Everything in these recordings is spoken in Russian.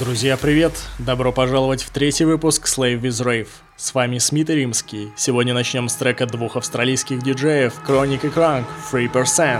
Друзья, привет! Добро пожаловать в третий выпуск Slave with Rave. С вами Смит и Римский. Сегодня начнем с трека двух австралийских диджеев Chronic и Crunk 3%.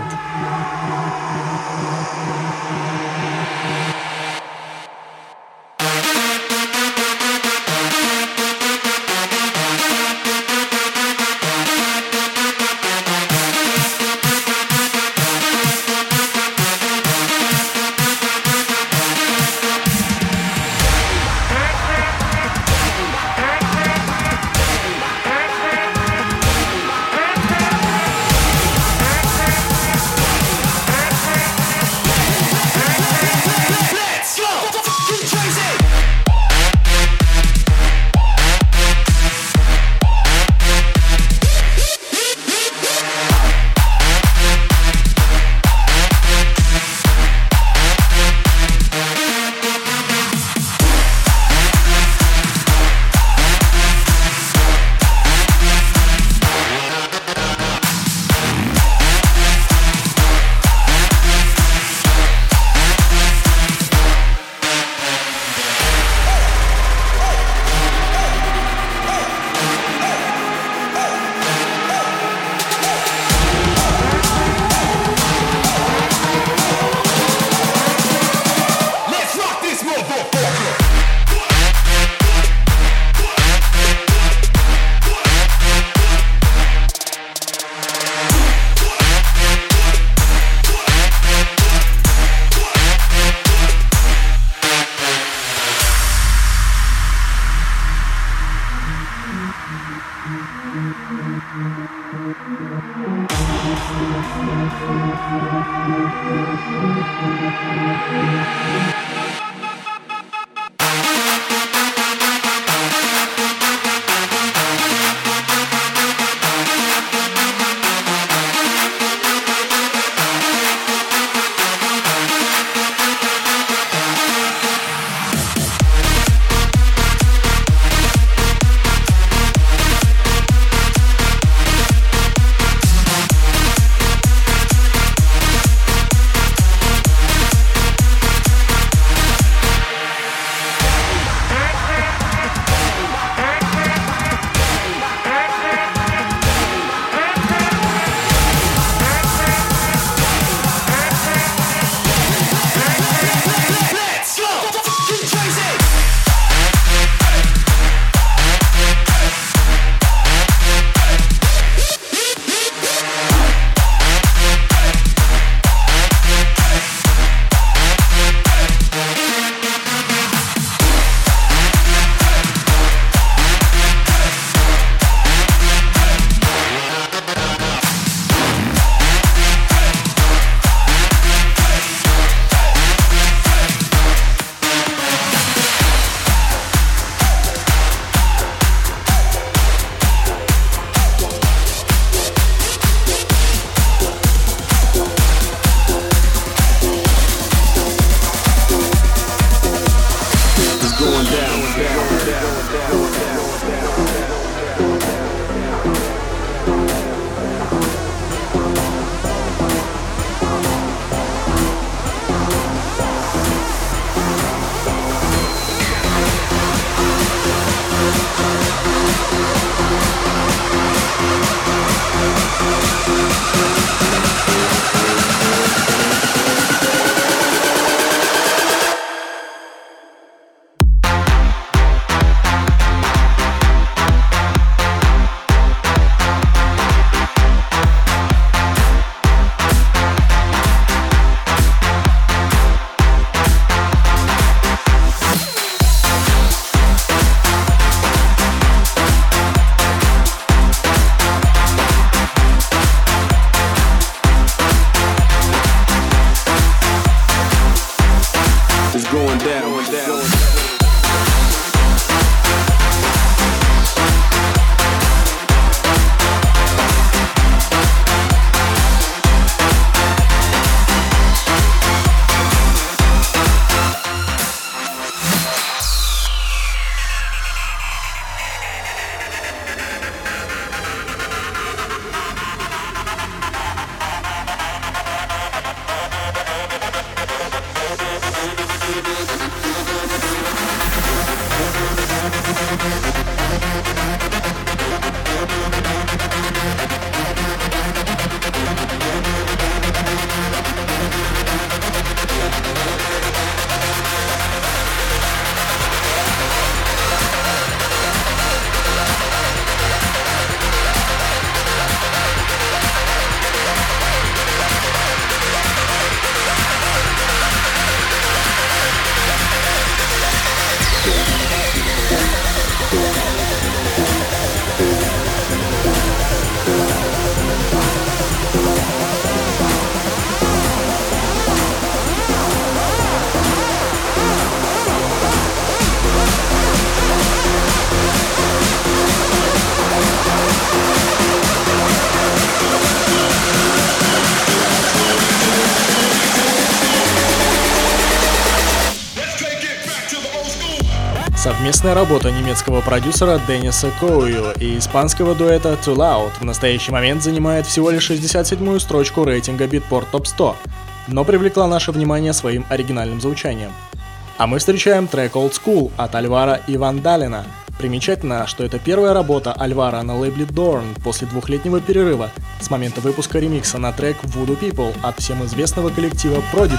Совместная работа немецкого продюсера Денниса Коуи и испанского дуэта Too Loud в настоящий момент занимает всего лишь 67-ю строчку рейтинга Beatport Top 100, но привлекла наше внимание своим оригинальным звучанием. А мы встречаем трек Old School от Альвара и Ван Далена. Примечательно, что это первая работа Альвара на лейбле Dorn после двухлетнего перерыва с момента выпуска ремикса на трек Voodoo People от всем известного коллектива Prodigy.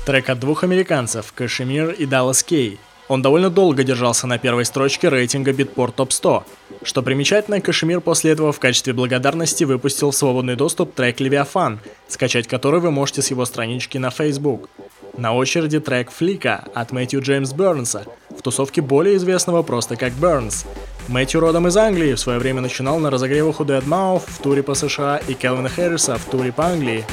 Трек от двух американцев, Кашемир и Dallas K. Он довольно долго держался на первой строчке рейтинга Beatport Top 100. Что примечательно, Кашемир после этого в качестве благодарности выпустил в свободный доступ трек «Левиафан», скачать который вы можете с его странички на Facebook. На очереди трек «Флика» от Мэтью Джеймс Бернса, в тусовке более известного просто как Бернс. Мэтью родом из Англии, в свое время начинал на разогревах у Deadmau5 в туре по США и Кэлвина Хэрриса в туре по Англии.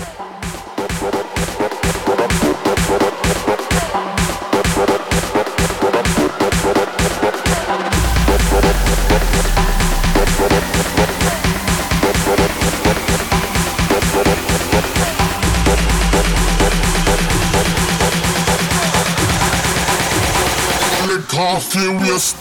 Furious.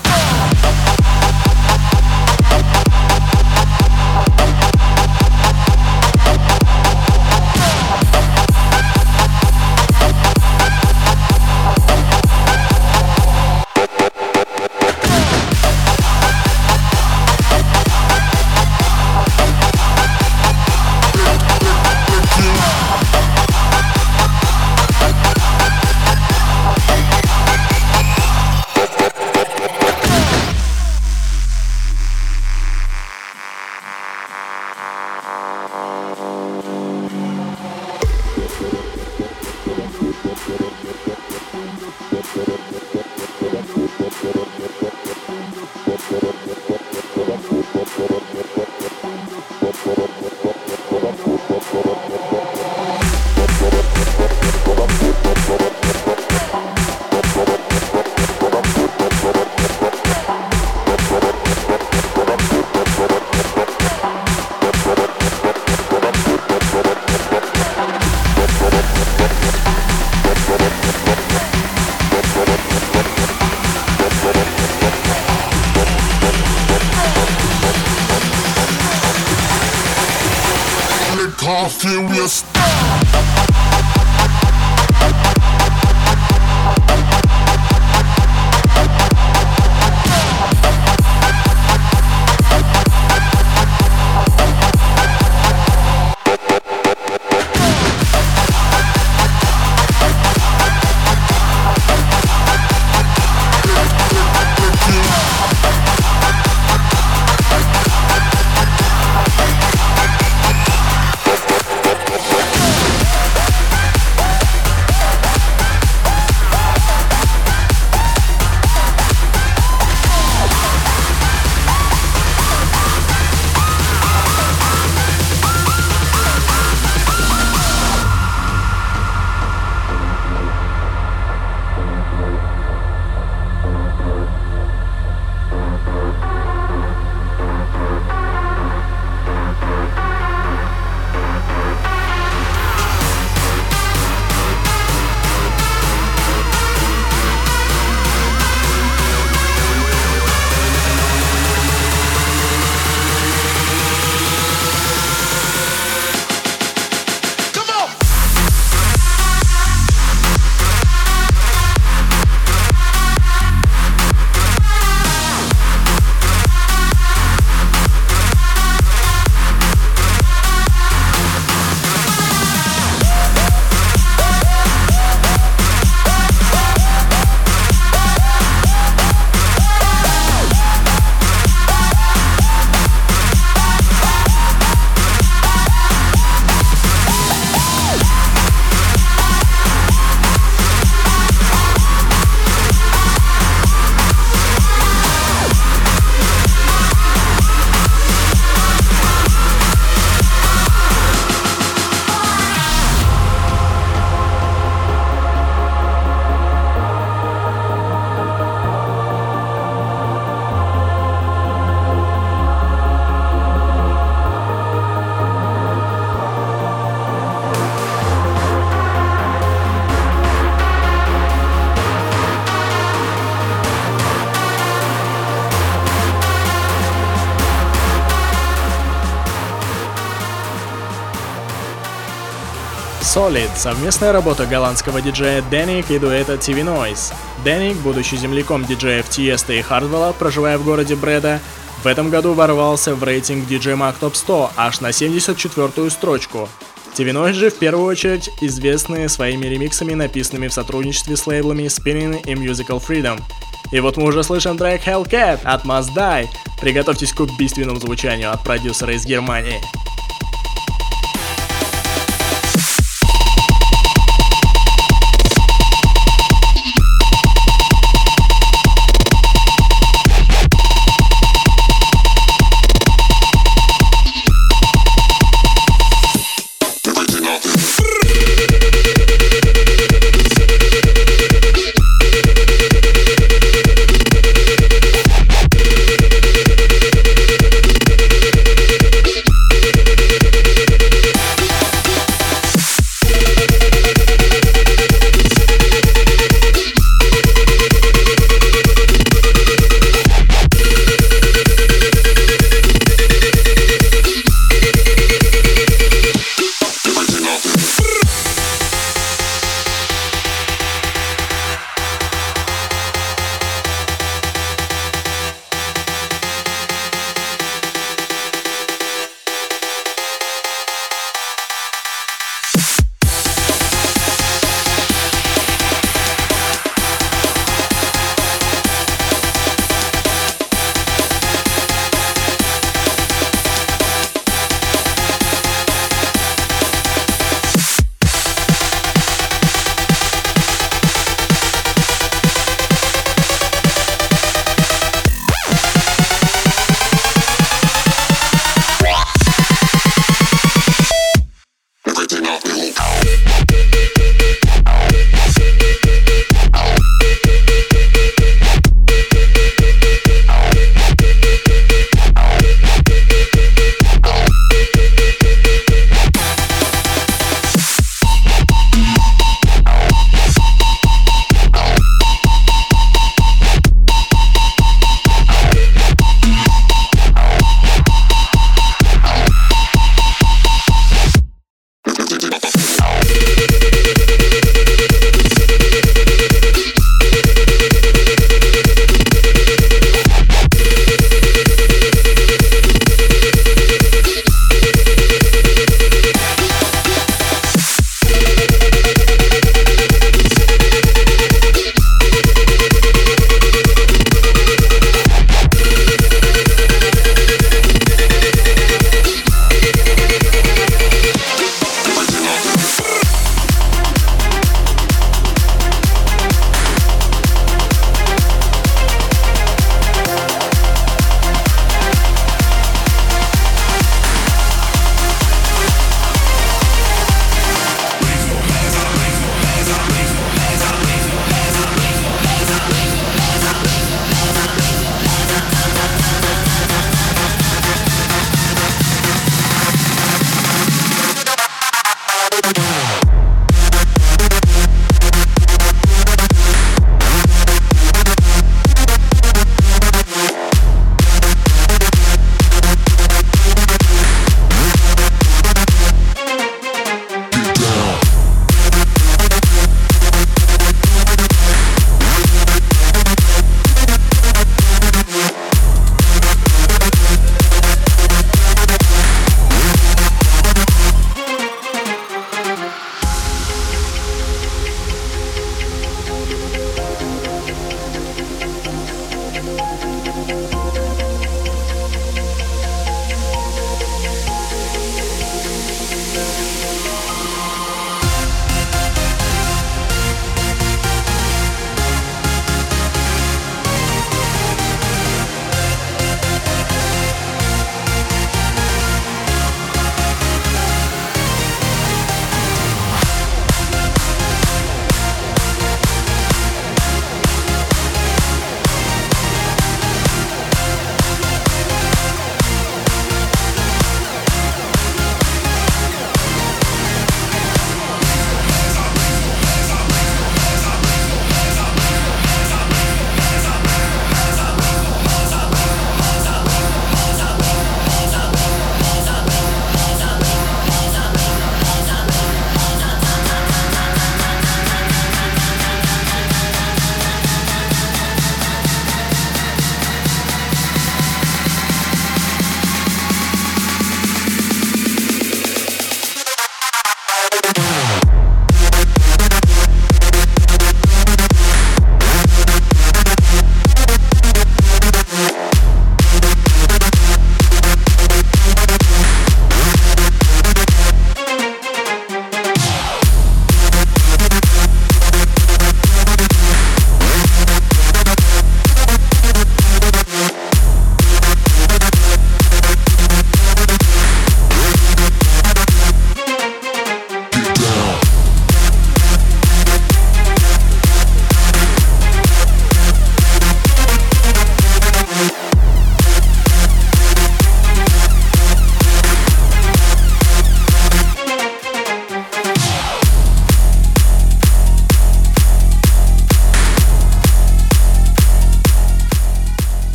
Furious. Solid — совместная работа голландского диджея Danik и дуэта TV Noise. Danik, будучи земляком диджеев Тиеста и Хардвелла, проживая в городе Бреда, в этом году ворвался в рейтинг DJ Mag Top 100 аж на 74-ю строчку. TV Noise же в первую очередь известны своими ремиксами, написанными в сотрудничестве с лейблами Spinnin и Musical Freedom. И вот мы уже слышим трек Hellcat от Must Die. Приготовьтесь к убийственному звучанию от продюсера из Германии.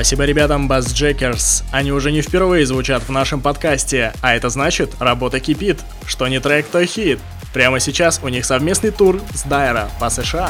Спасибо ребятам Bassjackers. Они уже не впервые звучат в нашем подкасте, а это значит, работа кипит. Что не трек, то хит. Прямо сейчас у них совместный тур с Дайра по США.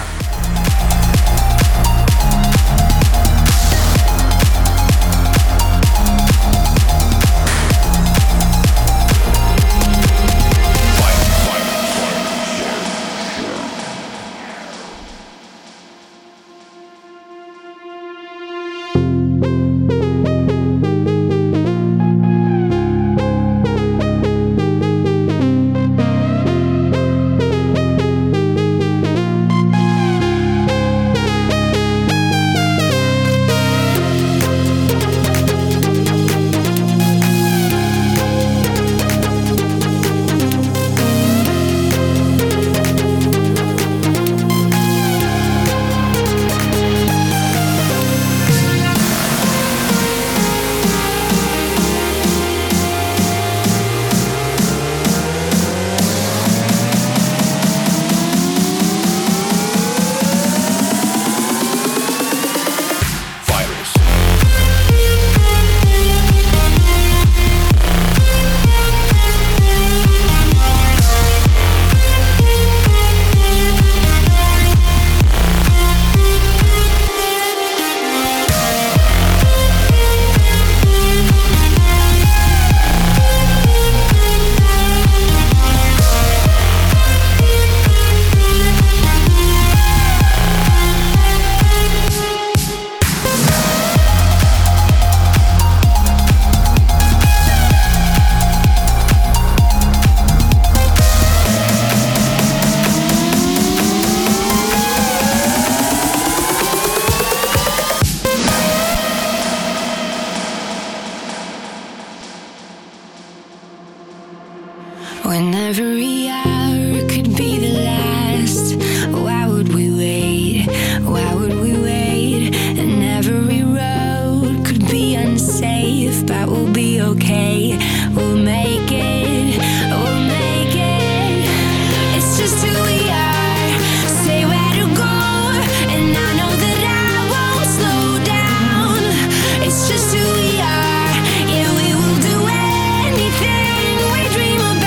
When every hour could be the last, why would we wait? Why would we wait? And every road could be unsafe, but we'll be okay. We'll make it. We'll make it. It's just who we are. Say where to go, and I know that I won't slow down. It's just who we are. Yeah, we will do anything we dream about.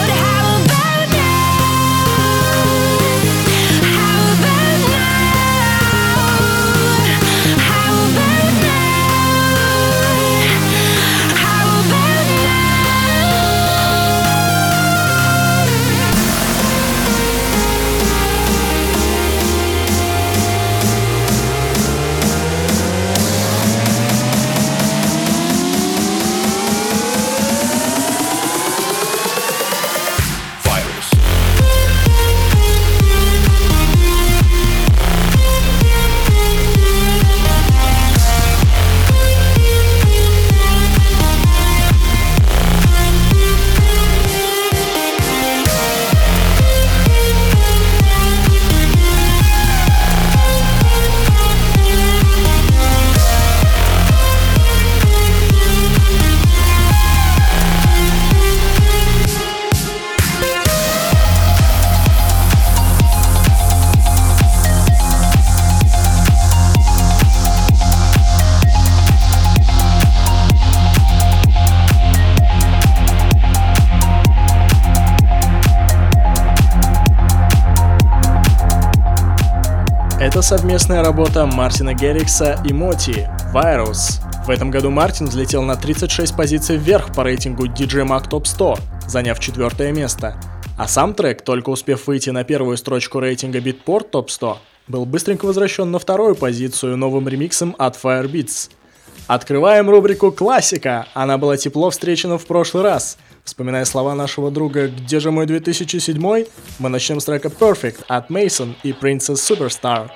Это совместная работа Мартина Геррикса и Моти «Virus». В этом году Мартин взлетел на 36 позиций вверх по рейтингу DJ Mag Top 100, заняв 4 место. А сам трек, только успев выйти на первую строчку рейтинга Beatport Top 100, был быстренько возвращен на вторую позицию новым ремиксом от Firebeats. Открываем рубрику «Классика». Она была тепло встречена в прошлый раз. Вспоминая слова нашего друга «Где же мой 2007?», мы начнем с трека «Perfect» от Mason и Princess Superstar.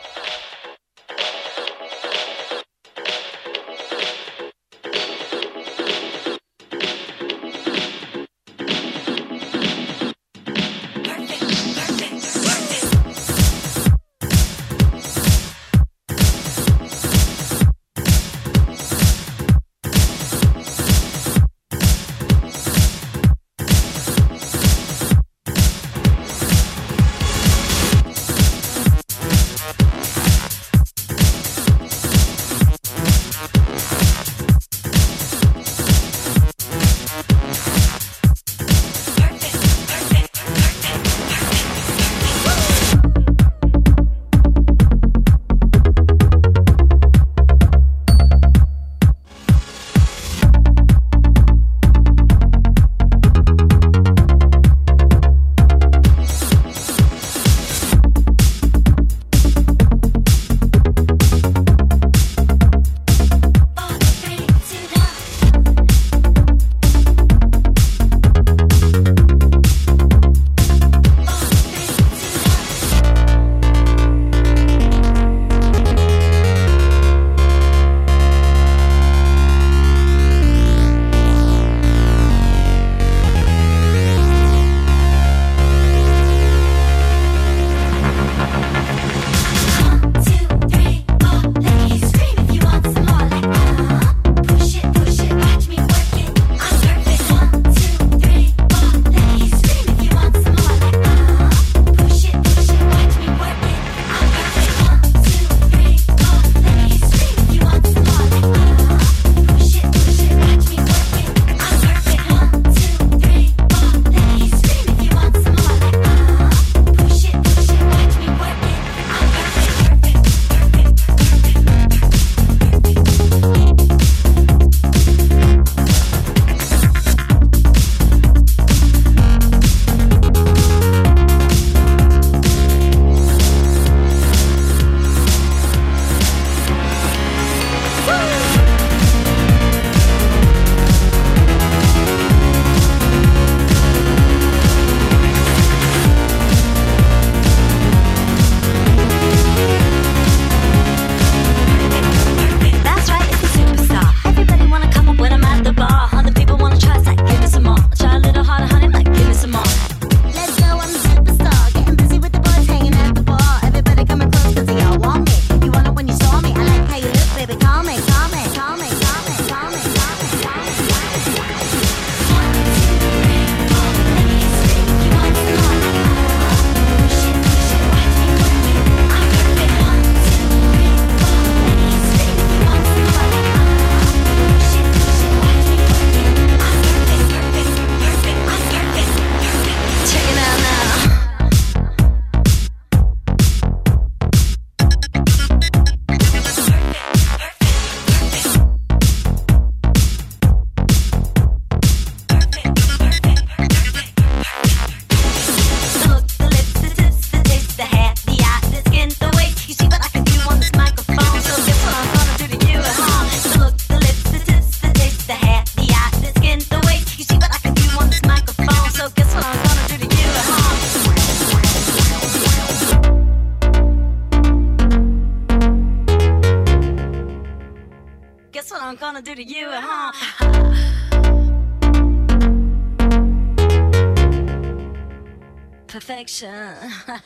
it, huh? Perfection.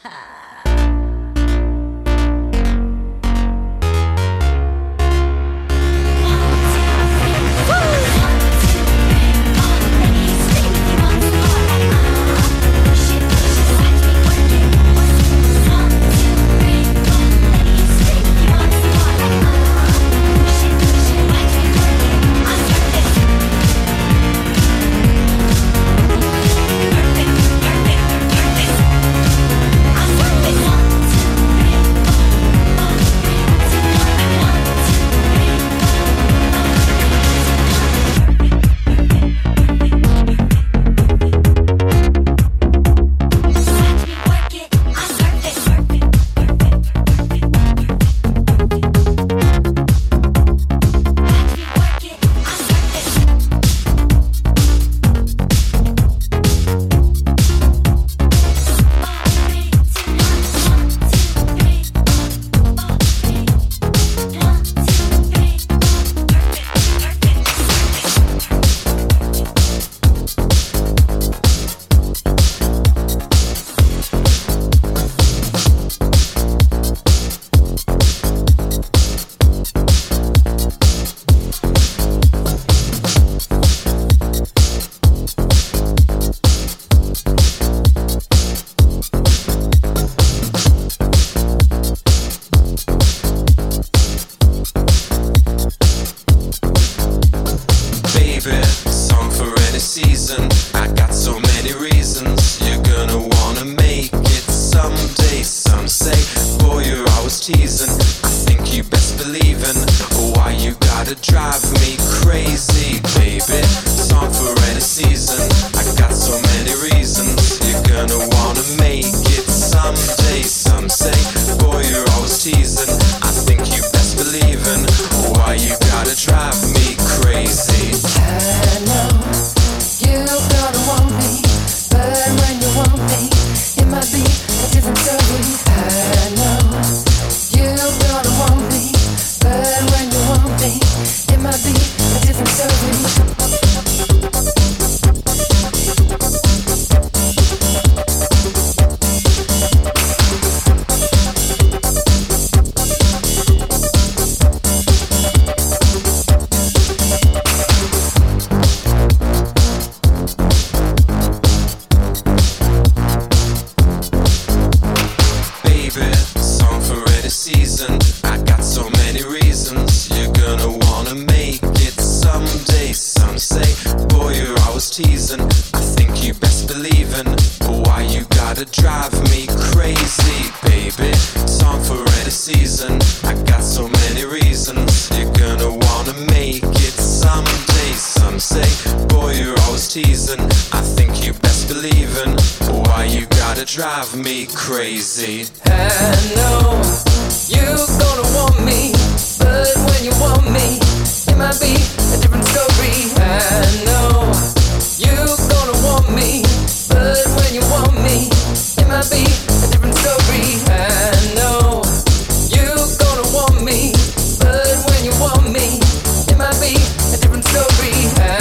Drive me crazy. I know you're gonna want me, but when you want me, it might be a different story. I know you're gonna want me, but when you want me, it might be a different story. I know you're gonna want me, but when you want me, it might be a different story.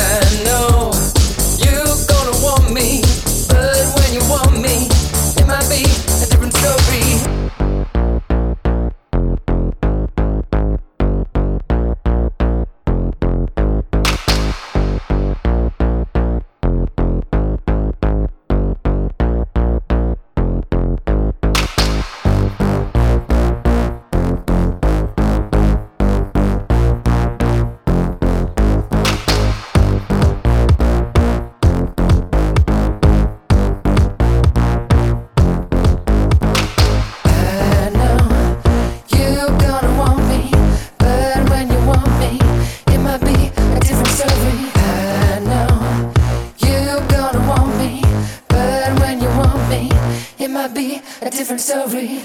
I know you're gonna want me, but when you want me, it might be a different story. A different story.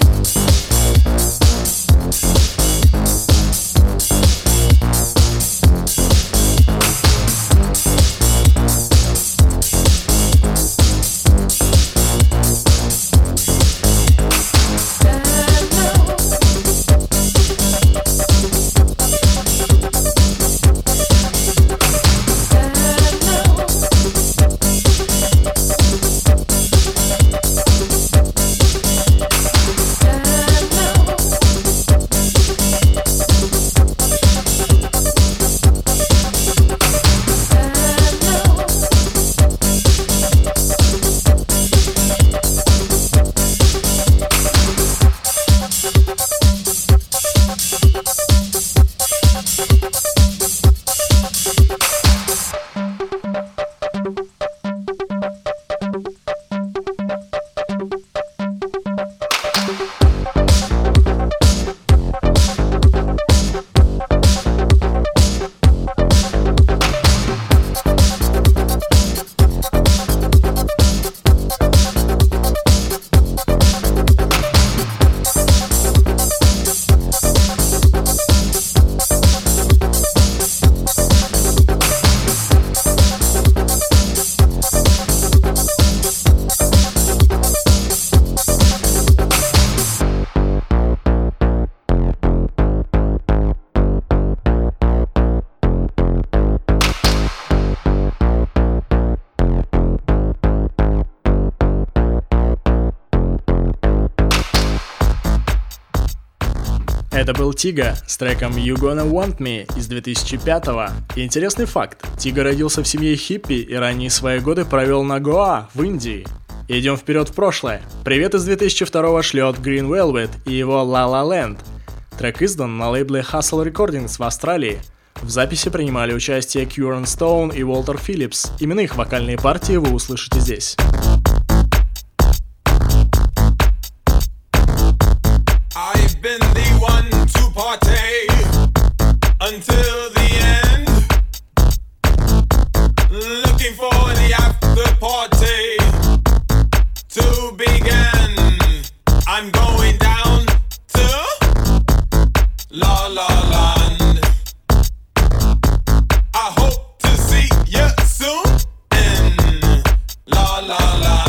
Это был Тига с треком You Gonna Want Me из 2005-го. И интересный факт. Тига родился в семье хиппи и ранние свои годы провел на Гоа, в Индии. Идем вперед в прошлое. Привет из 2002-го шлет Green Velvet и его La La Land. Трек издан на лейбле Hustle Recordings в Австралии. В записи принимали участие Kieran Stone и Уолтер Филлипс. Именно их вокальные партии вы услышите здесь. I've been the one to partay until the end. Looking for the after party to begin. I'm going down to La La Land. I hope to see you soon in La La Land.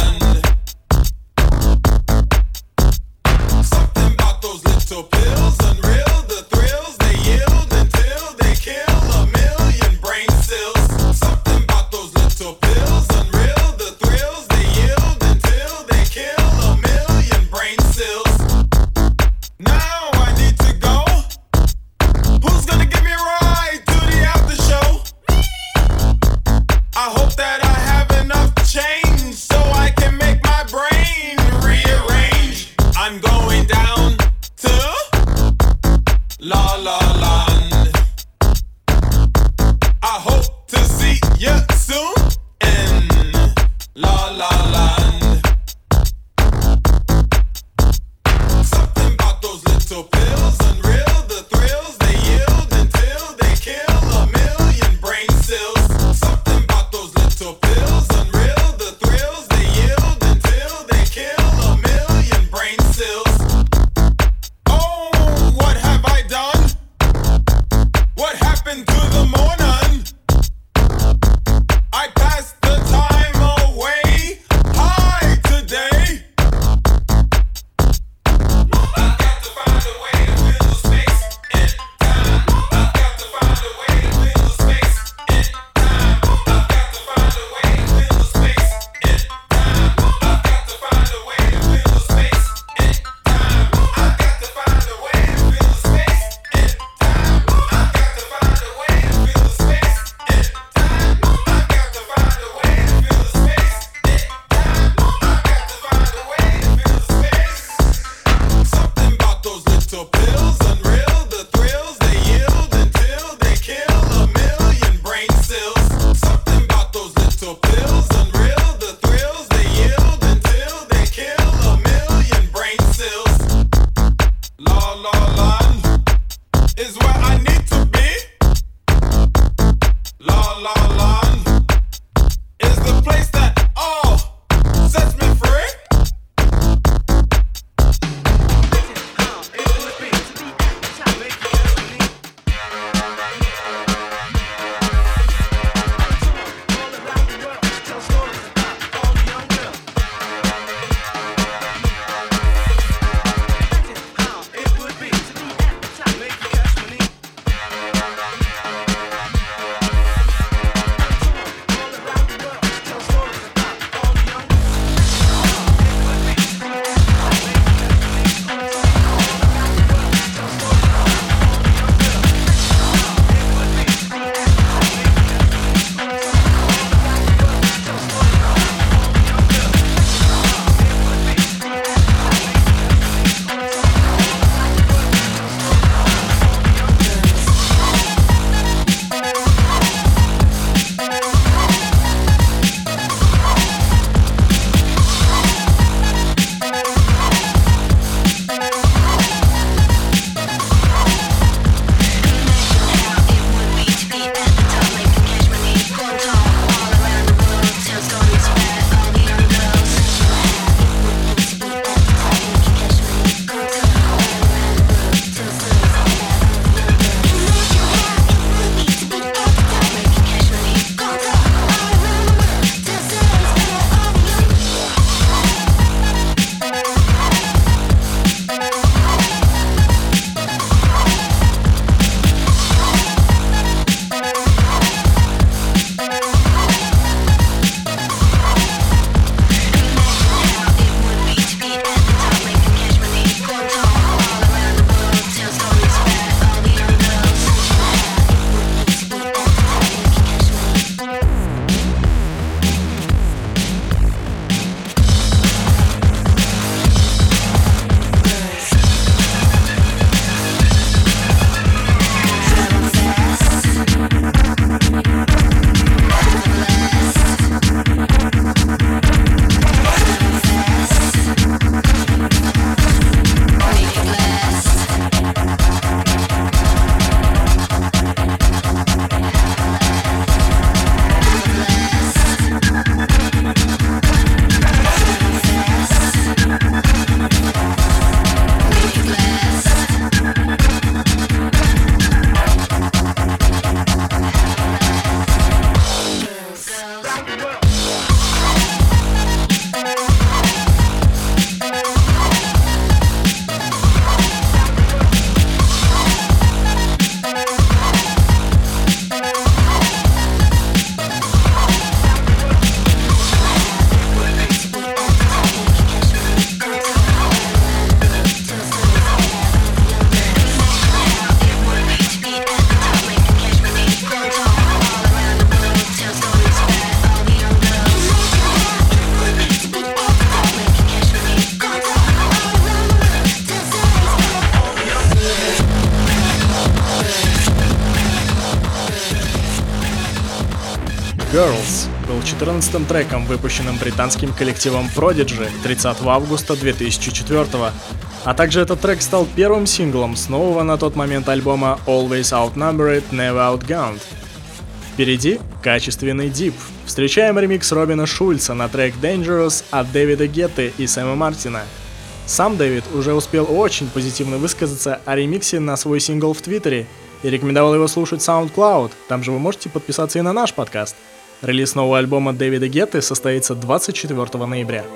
Girls был 14-м треком, выпущенным британским коллективом Prodigy 30 августа 2004 а также этот трек стал первым синглом с нового на тот момент альбома Always Outnumbered, Never Outgunned. Впереди качественный дип. Встречаем ремикс Робина Шульца на трек Dangerous от Дэвида Гетты и Сэма Мартина. Сам Дэвид уже успел очень позитивно высказаться о ремиксе на свой сингл в Твиттере и рекомендовал его слушать в SoundCloud, там же вы можете подписаться и на наш подкаст. Релиз нового альбома Дэвида Гетты состоится 24 ноября.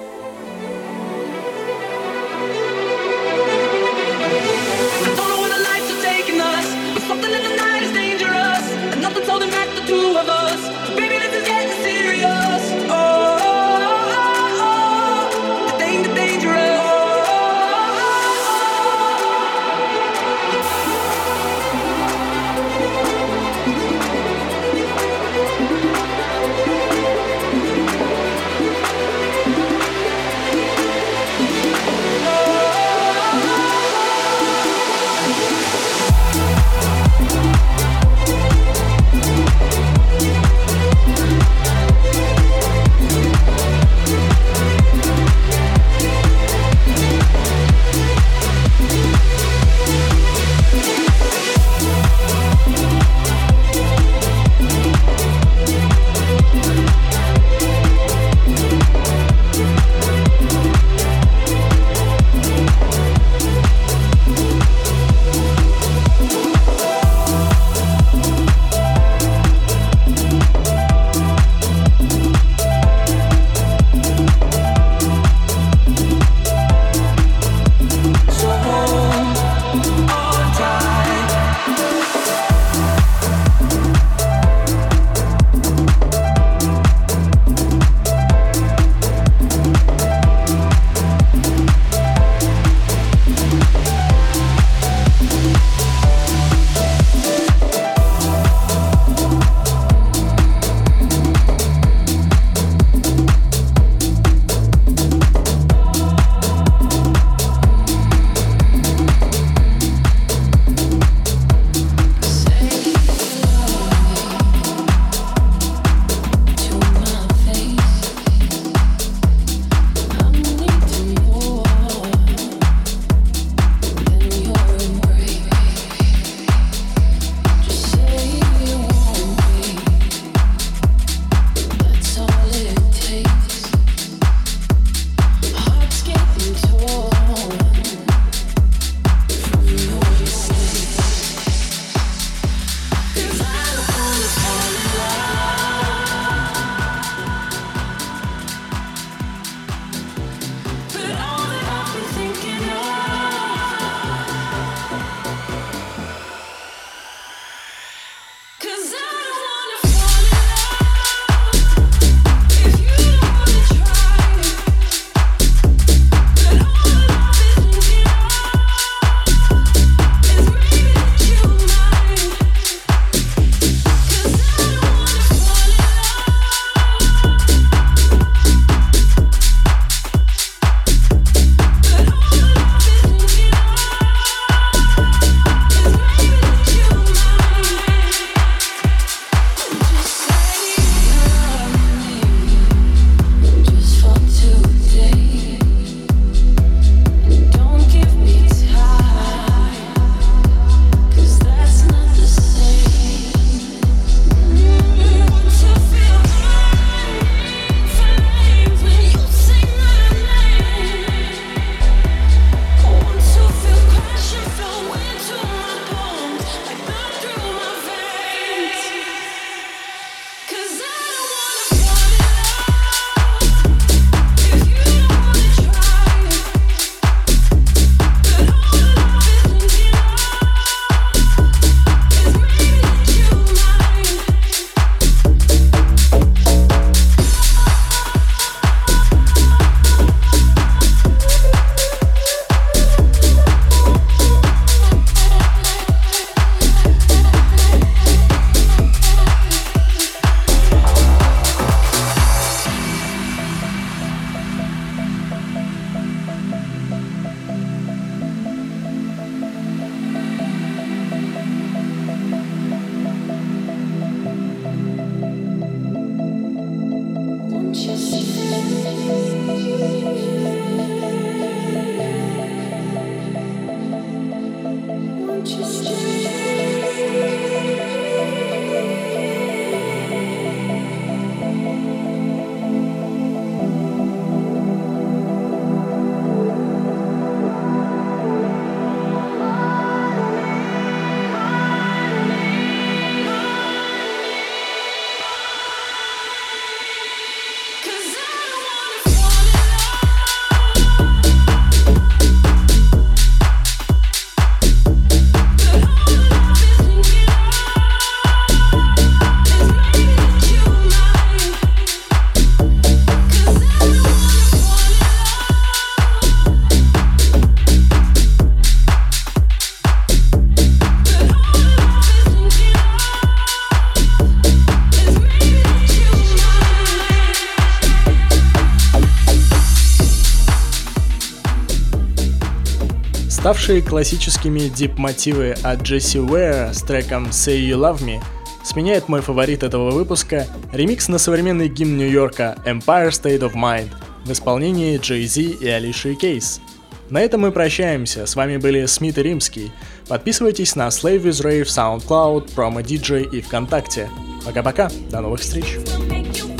Ставшие классическими дип-мотивы от Jessie Ware с треком Say You Love Me сменяет мой фаворит этого выпуска — ремикс на современный гимн Нью-Йорка Empire State of Mind в исполнении Jay-Z и Alicia Keys. На этом мы прощаемся, с вами были Смит и Римский. Подписывайтесь на Slave with Ray в SoundCloud, Promo DJ и ВКонтакте. Пока-пока, до новых встреч!